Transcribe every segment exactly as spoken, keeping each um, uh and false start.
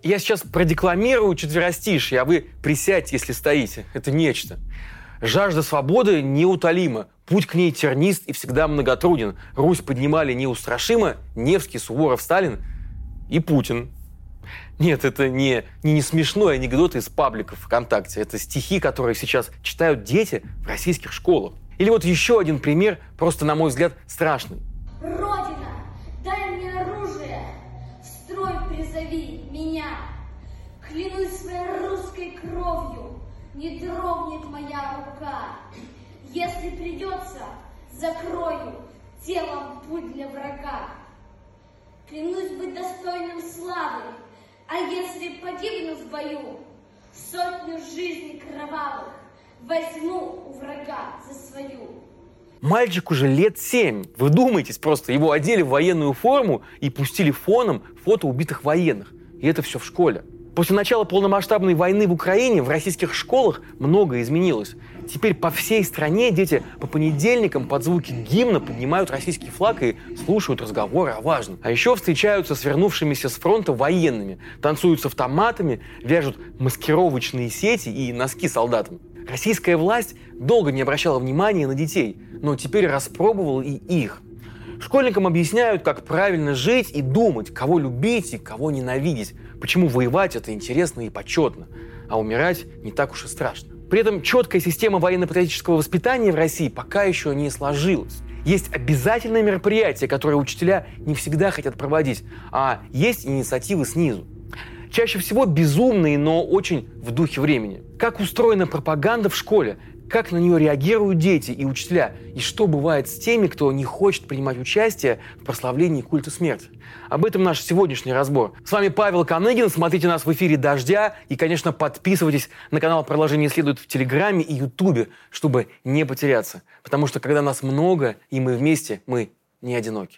Я сейчас продекламирую четверостишье, а вы присядьте, если стоите. Это нечто. Жажда свободы неутолима, путь к ней тернист и всегда многотруден. Русь поднимали неустрашимо Невский, Суворов, Сталин и Путин. Нет, это не, не, не смешной анекдот из пабликов ВКонтакте. Это стихи, которые сейчас читают дети в российских школах. Или вот еще один пример, просто, на мой взгляд, страшный. Родина, дай мне оружие, в строй призови меня. Клянусь своей русской кровью, не дрогнет моя рука. Если придется, закрою телом путь для врага. Клянусь быть достойным славы, а если погибну в бою, сотню жизней кровавых возьму у врага за свою. Мальчику же лет семь. Вы думаетесь просто, его одели в военную форму и пустили фоном фото убитых военных. И это все в школе. После начала полномасштабной войны в Украине в российских школах многое изменилось. Теперь по всей стране дети по понедельникам под звуки гимна поднимают российский флаг и слушают разговоры о важном. А еще встречаются с вернувшимися с фронта военными, танцуют с автоматами, вяжут маскировочные сети и носки солдатам. Российская власть долго не обращала внимания на детей, но теперь распробовала и их. Школьникам объясняют, как правильно жить и думать, кого любить и кого ненавидеть, почему воевать – это интересно и почетно, а умирать не так уж и страшно. При этом четкая система военно-патриотического воспитания в России пока еще не сложилась. Есть обязательные мероприятия, которые учителя не всегда хотят проводить, а есть инициативы снизу. Чаще всего безумные, но очень в духе времени. Как устроена пропаганда в школе, как на нее реагируют дети и учителя, и что бывает с теми, кто не хочет принимать участие в прославлении культа смерти. Об этом наш сегодняшний разбор. С вами Павел Коныгин, смотрите нас в эфире «Дождя» и, конечно, подписывайтесь на канал «Продолжение следует» в Телеграме и Ютубе, чтобы не потеряться. Потому что когда нас много и мы вместе, мы не одиноки.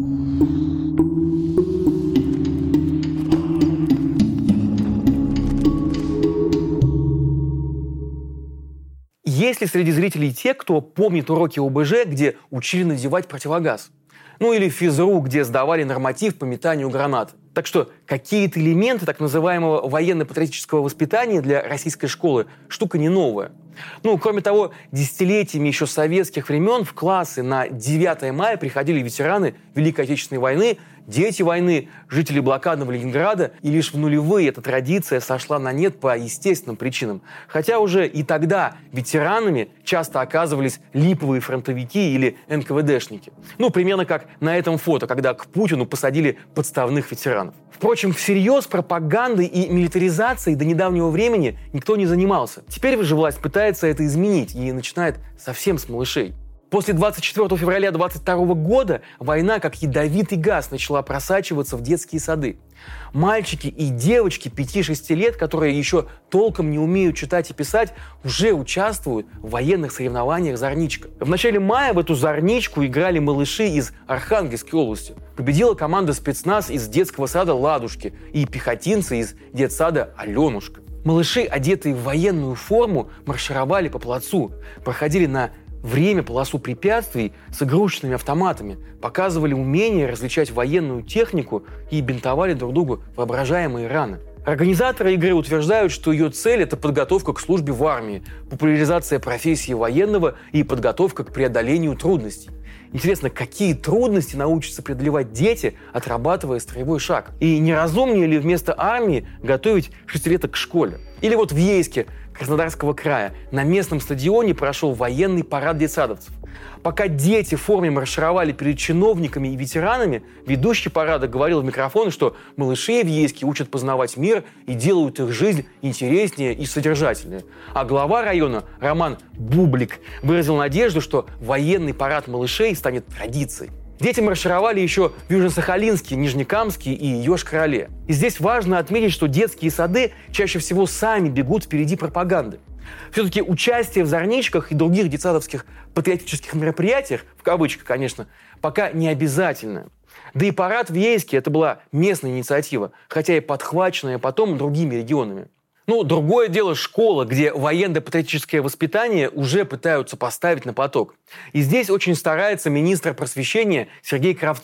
Есть ли среди зрителей те, кто помнит уроки ОБЖ, где учили надевать противогаз? Ну или физру, где сдавали норматив по метанию гранат? Так что какие-то элементы так называемого военно-патриотического воспитания для российской школы штука не новая. Ну, кроме того, десятилетиями еще советских времен в классы на девятое мая приходили ветераны Великой Отечественной войны, дети войны, жители блокадного Ленинграда, и лишь в нулевые эта традиция сошла на нет по естественным причинам. Хотя уже и тогда ветеранами часто оказывались липовые фронтовики или эн ка вэ дэшники. Ну, примерно как на этом фото, когда к Путину посадили подставных ветеранов. Впрочем, всерьез пропагандой и милитаризацией до недавнего времени никто не занимался. Теперь же власть пытается это изменить и начинает совсем с малышей. После двадцать четвёртого февраля двадцать второго года война как ядовитый газ начала просачиваться в детские сады. Мальчики и девочки пяти-шести лет, которые еще толком не умеют читать и писать, уже участвуют в военных соревнованиях «Зорничка». В начале мая в эту «Зорничку» играли малыши из Архангельской области. Победила команда спецназ из детского сада «Ладушки» и пехотинцы из детсада «Аленушка». Малыши, одетые в военную форму, маршировали по плацу, проходили на время полосу препятствий с игрушечными автоматами, показывали умение различать военную технику и бинтовали друг другу воображаемые раны. Организаторы игры утверждают, что ее цель – это подготовка к службе в армии, популяризация профессии военного и подготовка к преодолению трудностей. Интересно, какие трудности научатся преодолевать дети, отрабатывая строевой шаг? И неразумнее ли вместо армии готовить шестилеток к школе? Или вот в Ейске, Краснодарского края, на местном стадионе прошел военный парад детсадовцев. Пока дети в форме маршировали перед чиновниками и ветеранами, ведущий парада говорил в микрофон, что малышей в Ейске учат познавать мир и делают их жизнь интереснее и содержательнее. А глава района Роман Бублик выразил надежду, что военный парад малышей станет традицией. Дети маршировали еще в Южно-Сахалинске, Нижнекамске и Йошкар-Оле. И здесь важно отметить, что детские сады чаще всего сами бегут впереди пропаганды. Все-таки участие в «Зорничках» и других детсадовских патриотических мероприятиях, в кавычках, конечно, пока не обязательно. Да и парад в Ейске – это была местная инициатива, хотя и подхваченная потом другими регионами. Ну, другое дело школа, где военно-патриотическое воспитание уже пытаются поставить на поток. И здесь очень старается министр просвещения Сергей Кравцов.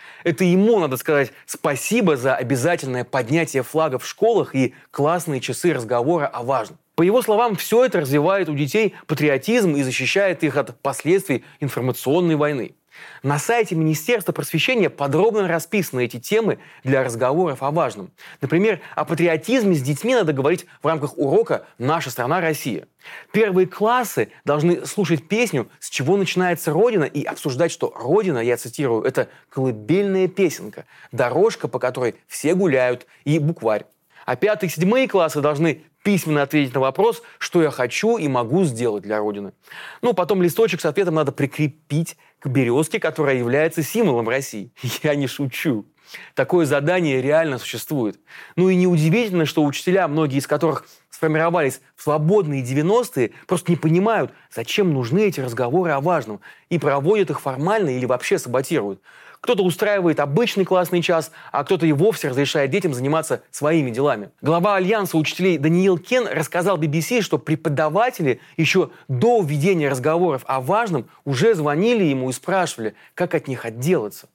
Это ему надо сказать спасибо за обязательное поднятие флага в школах и классные часы разговора о важном. По его словам, все это развивает у детей патриотизм и защищает их от последствий информационной войны. На сайте Министерства просвещения подробно расписаны эти темы для разговоров о важном. Например, о патриотизме с детьми надо говорить в рамках урока «Наша страна Россия». Первые классы должны слушать песню «С чего начинается Родина» и обсуждать, что Родина, я цитирую, это колыбельная песенка, дорожка, по которой все гуляют, и букварь. А пятые и седьмые классы должны письменно ответить на вопрос, что я хочу и могу сделать для Родины. Ну, потом листочек с ответом надо прикрепить к березке, которая является символом России. Я не шучу. Такое задание реально существует. Ну и неудивительно, что учителя, многие из которых сформировались в свободные девяностые, просто не понимают, зачем нужны эти разговоры о важном, и проводят их формально или вообще саботируют. Кто-то устраивает обычный классный час, а кто-то и вовсе разрешает детям заниматься своими делами. Глава Альянса учителей Даниил Кен рассказал би би си, что преподаватели еще до введения разговоров о важном уже звонили ему и спрашивали, как от них отделаться.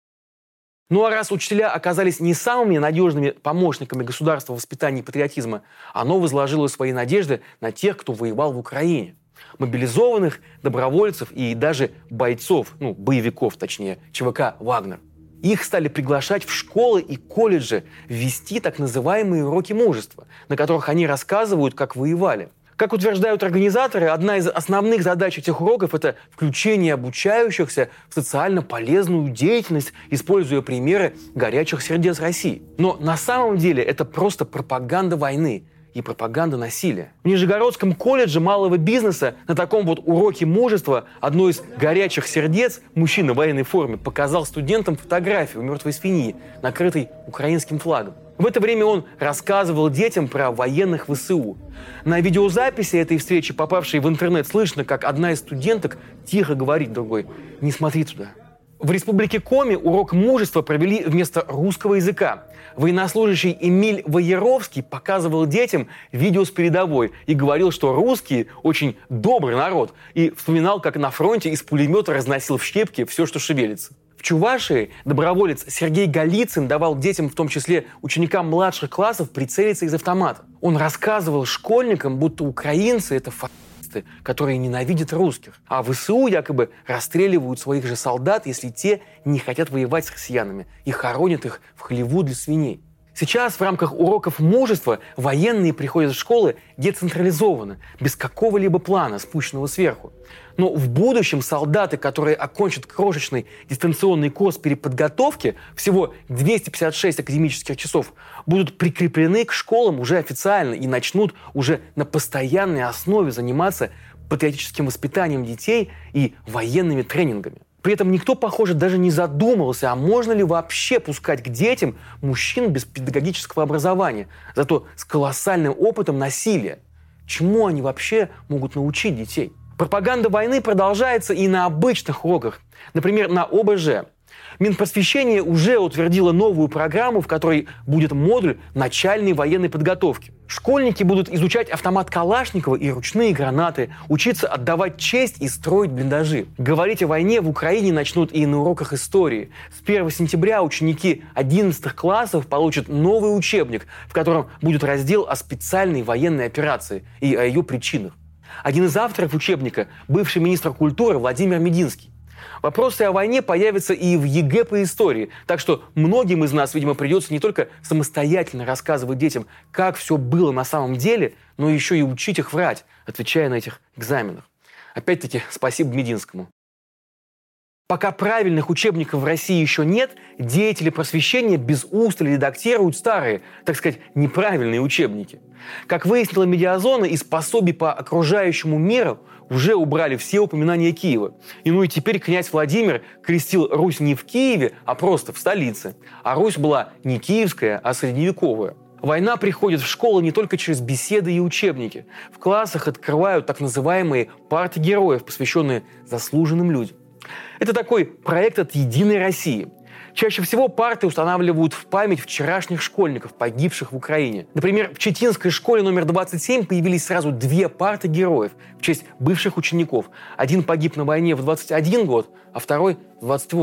Ну а раз учителя оказались не самыми надежными помощниками государства в воспитании патриотизма, оно возложило свои надежды на тех, кто воевал в Украине. Мобилизованных, добровольцев и даже бойцов, ну, боевиков, точнее, ЧВК «Вагнер». Их стали приглашать в школы и колледжи ввести так называемые уроки мужества, на которых они рассказывают, как воевали. Как утверждают организаторы, одна из основных задач этих уроков – это включение обучающихся в социально полезную деятельность, используя примеры горячих сердец России. Но на самом деле это просто пропаганда войны и пропаганда насилия. В Нижегородском колледже малого бизнеса на таком вот уроке мужества одно из горячих сердец, мужчина в военной форме, показал студентам фотографию мертвой свиньи, накрытой украинским флагом. В это время он рассказывал детям про военных ВСУ. На видеозаписи этой встречи, попавшей в интернет, слышно, как одна из студенток тихо говорит другой: «Не смотри туда». В Республике Коми урок мужества провели вместо русского языка. Военнослужащий Эмиль Воеровский показывал детям видео с передовой и говорил, что русские очень добрый народ, и вспоминал, как на фронте из пулемета разносил в щепки все, что шевелится. В Чувашии доброволец Сергей Голицын давал детям, в том числе ученикам младших классов, прицелиться из автомата. Он рассказывал школьникам, будто украинцы – это фашисты, которые ненавидят русских, а ВСУ якобы расстреливают своих же солдат, если те не хотят воевать с россиянами, и хоронят их в хлеву для свиней. Сейчас в рамках уроков мужества военные приходят в школы децентрализованно, без какого-либо плана, спущенного сверху. Но в будущем солдаты, которые окончат крошечный дистанционный курс переподготовки, всего двести пятьдесят шесть академических часов, будут прикреплены к школам уже официально и начнут уже на постоянной основе заниматься патриотическим воспитанием детей и военными тренингами. При этом никто, похоже, даже не задумывался, а можно ли вообще пускать к детям мужчин без педагогического образования, зато с колоссальным опытом насилия. Чему они вообще могут научить детей? Пропаганда войны продолжается и на обычных уроках. Например, на о бэ жэ. Минпросвещение уже утвердило новую программу, в которой будет модуль начальной военной подготовки. Школьники будут изучать автомат Калашникова и ручные гранаты, учиться отдавать честь и строить блиндажи. Говорить о войне в Украине начнут и на уроках истории. С первого сентября ученики одиннадцатых классов получат новый учебник, в котором будет раздел о специальной военной операции и о ее причинах. Один из авторов учебника – бывший министр культуры Владимир Мединский. Вопросы о войне появятся и в е гэ по истории, так что многим из нас, видимо, придется не только самостоятельно рассказывать детям, как все было на самом деле, но еще и учить их врать, отвечая на этих экзаменах. Опять-таки, спасибо Мединскому. Пока правильных учебников в России еще нет, деятели просвещения без устали редактируют старые, так сказать, неправильные учебники. Как выяснила Медиазона, из пособий по окружающему миру уже убрали все упоминания Киева. И ну и теперь князь Владимир крестил Русь не в Киеве, а просто в столице. А Русь была не киевская, а средневековая. Война приходит в школу не только через беседы и учебники. В классах открывают так называемые парты героев, посвященные заслуженным людям. Это такой проект от «Единой России». Чаще всего парты устанавливают в память вчерашних школьников, погибших в Украине. Например, в Читинской школе номер двадцать семь появились сразу две парты героев в честь бывших учеников. Один погиб на войне в двадцать один год, а второй в двадцать восемь.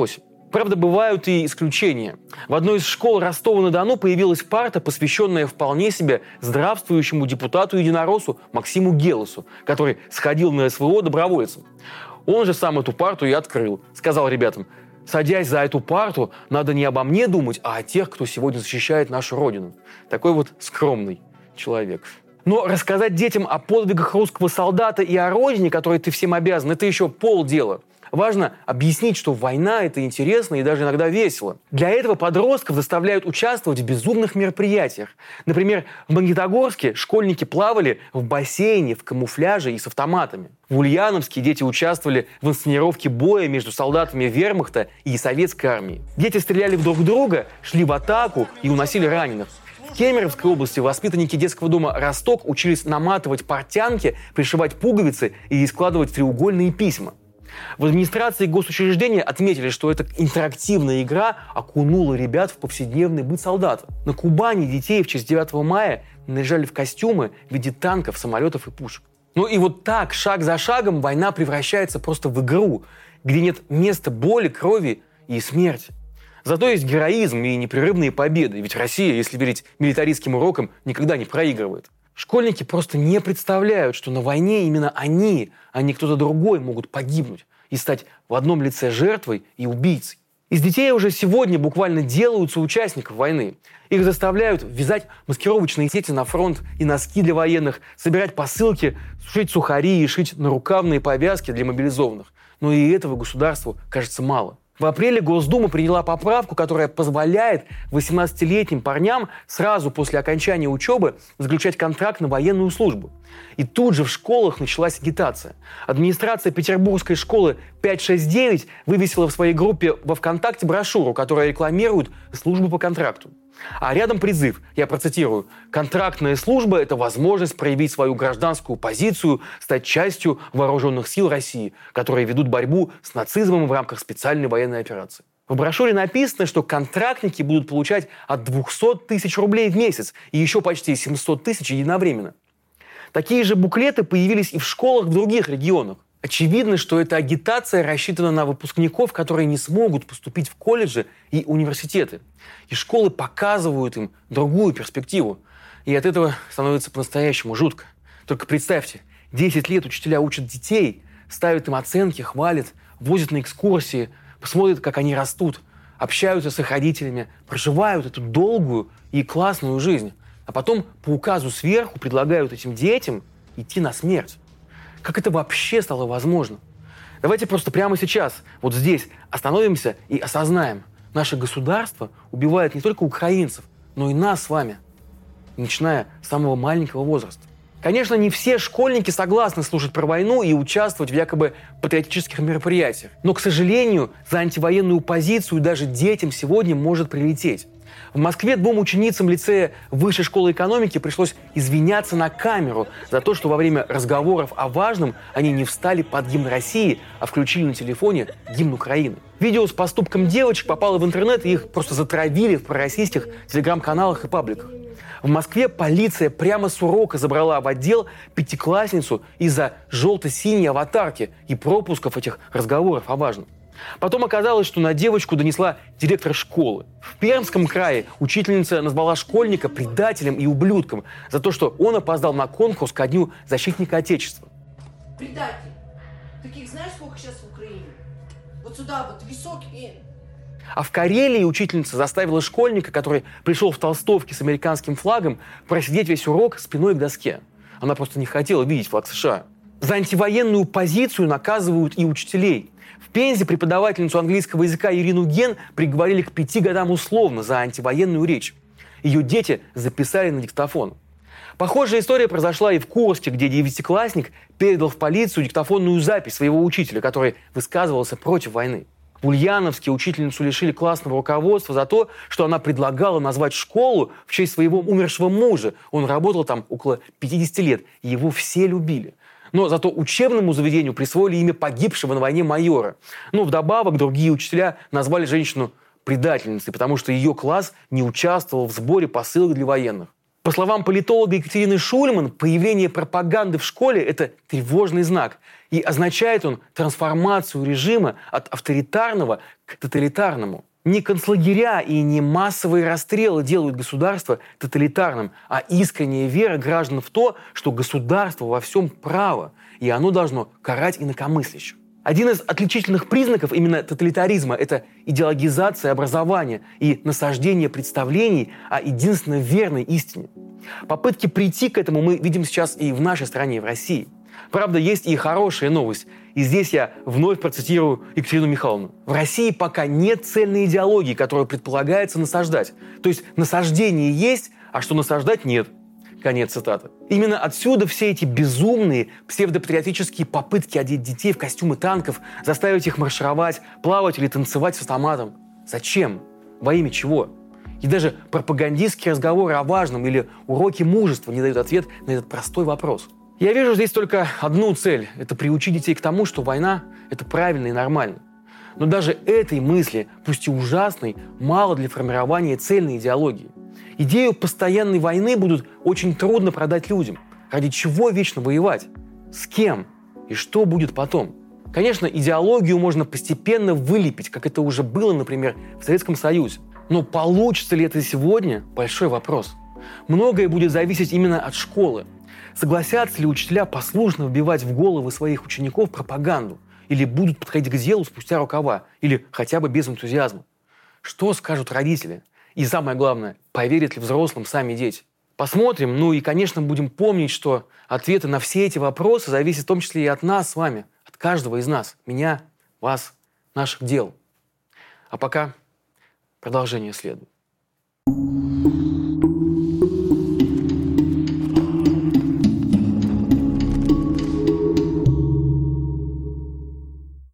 Правда, бывают и исключения. В одной из школ Ростова-на-Дону появилась парта, посвященная вполне себе здравствующему депутату-единороссу Максиму Гелосу, который сходил на СВО добровольцем. Он же сам эту парту и открыл. Сказал ребятам: садясь за эту парту, надо не обо мне думать, а о тех, кто сегодня защищает нашу Родину. Такой вот скромный человек. Но рассказать детям о подвигах русского солдата и о родине, которой ты всем обязан, это еще полдела. Важно объяснить, что война – это интересно и даже иногда весело. Для этого подростков заставляют участвовать в безумных мероприятиях. Например, в Магнитогорске школьники плавали в бассейне, в камуфляже и с автоматами. В Ульяновске дети участвовали в инсценировке боя между солдатами вермахта и советской армии. Дети стреляли в друг друга, шли в атаку и уносили раненых. В Кемеровской области воспитанники детского дома «Росток» учились наматывать портянки, пришивать пуговицы и складывать треугольные письма. В администрации госучреждения отметили, что эта интерактивная игра окунула ребят в повседневный быт солдата. На Кубани детей в честь девятого мая наряжали в костюмы в виде танков, самолетов и пушек. Ну и вот так, шаг за шагом, война превращается просто в игру, где нет места боли, крови и смерти. Зато есть героизм и непрерывные победы, ведь Россия, если верить милитаристским урокам, никогда не проигрывает. Школьники просто не представляют, что на войне именно они, а не кто-то другой, могут погибнуть и стать в одном лице жертвой и убийцей. Из детей уже сегодня буквально делаются участников войны. Их заставляют вязать маскировочные сети на фронт и носки для военных, собирать посылки, сушить сухари и шить нарукавные повязки для мобилизованных. Но и этого государству кажется мало. В апреле Госдума приняла поправку, которая позволяет восемнадцатилетним парням сразу после окончания учебы заключать контракт на военную службу. И тут же в школах началась агитация. Администрация петербургской школы пять шесть девять вывесила в своей группе во ВКонтакте брошюру, которая рекламирует службу по контракту. А рядом призыв, я процитирую: «Контрактная служба – это возможность проявить свою гражданскую позицию, стать частью вооруженных сил России, которые ведут борьбу с нацизмом в рамках специальной военной операции». В брошюре написано, что контрактники будут получать от двухсот тысяч рублей в месяц и еще почти семьсот тысяч единовременно. Такие же буклеты появились и в школах в других регионах. Очевидно, что эта агитация рассчитана на выпускников, которые не смогут поступить в колледжи и университеты. И школы показывают им другую перспективу. И от этого становится по-настоящему жутко. Только представьте, десять лет учителя учат детей, ставят им оценки, хвалят, возят на экскурсии, посмотрят, как они растут, общаются с их родителями, проживают эту долгую и классную жизнь. А потом по указу сверху предлагают этим детям идти на смерть. Как это вообще стало возможно? Давайте просто прямо сейчас, вот здесь, остановимся и осознаем. Наше государство убивает не только украинцев, но и нас с вами, начиная с самого маленького возраста. Конечно, не все школьники согласны слушать про войну и участвовать в якобы патриотических мероприятиях. Но, к сожалению, за антивоенную позицию даже детям сегодня может прилететь. В Москве двум ученицам лицея Высшей школы экономики пришлось извиняться на камеру за то, что во время разговоров о важном они не встали под гимн России, а включили на телефоне гимн Украины. Видео с поступком девочек попало в интернет, и их просто затравили в пророссийских телеграм-каналах и пабликах. В Москве полиция прямо с урока забрала в отдел пятиклассницу из-за желто-синей аватарки и пропусков этих разговоров о важном. Потом оказалось, что на девочку донесла директор школы. В Пермском крае учительница назвала школьника предателем и ублюдком за то, что он опоздал на конкурс ко Дню защитника Отечества. Предатель. Таких знаешь, сколько сейчас в Украине? Вот сюда вот висок и... А в Карелии учительница заставила школьника, который пришел в толстовке с американским флагом, просидеть весь урок спиной к доске. Она просто не хотела видеть флаг США. За антивоенную позицию наказывают и учителей. В Пензе преподавательницу английского языка Ирину Ген приговорили к пяти годам условно за антивоенную речь. Ее дети записали на диктофон. Похожая история произошла и в Курске, где девятиклассник передал в полицию диктофонную запись своего учителя, который высказывался против войны. В Ульяновске учительницу лишили классного руководства за то, что она предлагала назвать школу в честь своего умершего мужа. Он работал там около пятидесяти лет, и его все любили. Но зато учебному заведению присвоили имя погибшего на войне майора. Ну, вдобавок, другие учителя назвали женщину предательницей, потому что ее класс не участвовал в сборе посылок для военных. По словам политолога Екатерины Шульман, появление пропаганды в школе – это тревожный знак. И означает он трансформацию режима от авторитарного к тоталитарному. Не концлагеря и не массовые расстрелы делают государство тоталитарным, а искренняя вера граждан в то, что государство во всем право, и оно должно карать инакомыслящих. Один из отличительных признаков именно тоталитаризма – это идеологизация образования и насаждение представлений о единственно верной истине. Попытки прийти к этому мы видим сейчас и в нашей стране, в России. Правда, есть и хорошая новость. И здесь я вновь процитирую Екатерину Михайловну. В России пока нет цельной идеологии, которую предполагается насаждать. То есть насаждение есть, а что насаждать нет. Конец цитаты. Именно отсюда все эти безумные псевдопатриотические попытки одеть детей в костюмы танков, заставить их маршировать, плавать или танцевать с автоматом. Зачем? Во имя чего? И даже пропагандистские разговоры о важном или уроки мужества не дают ответ на этот простой вопрос. Я вижу здесь только одну цель – это приучить детей к тому, что война – это правильно и нормально. Но даже этой мысли, пусть и ужасной, мало для формирования цельной идеологии. Идею постоянной войны будут очень трудно продать людям. Ради чего вечно воевать? С кем? И что будет потом? Конечно, идеологию можно постепенно вылепить, как это уже было, например, в Советском Союзе. Но получится ли это сегодня – большой вопрос. Многое будет зависеть именно от школы. Согласятся ли учителя послушно вбивать в головы своих учеников пропаганду? Или будут подходить к делу спустя рукава? Или хотя бы без энтузиазма? Что скажут родители? И самое главное, поверят ли взрослым сами дети? Посмотрим. Ну и, конечно, будем помнить, что ответы на все эти вопросы зависят в том числе и от нас с вами, от каждого из нас, меня, вас, наших дел. А пока продолжение следует.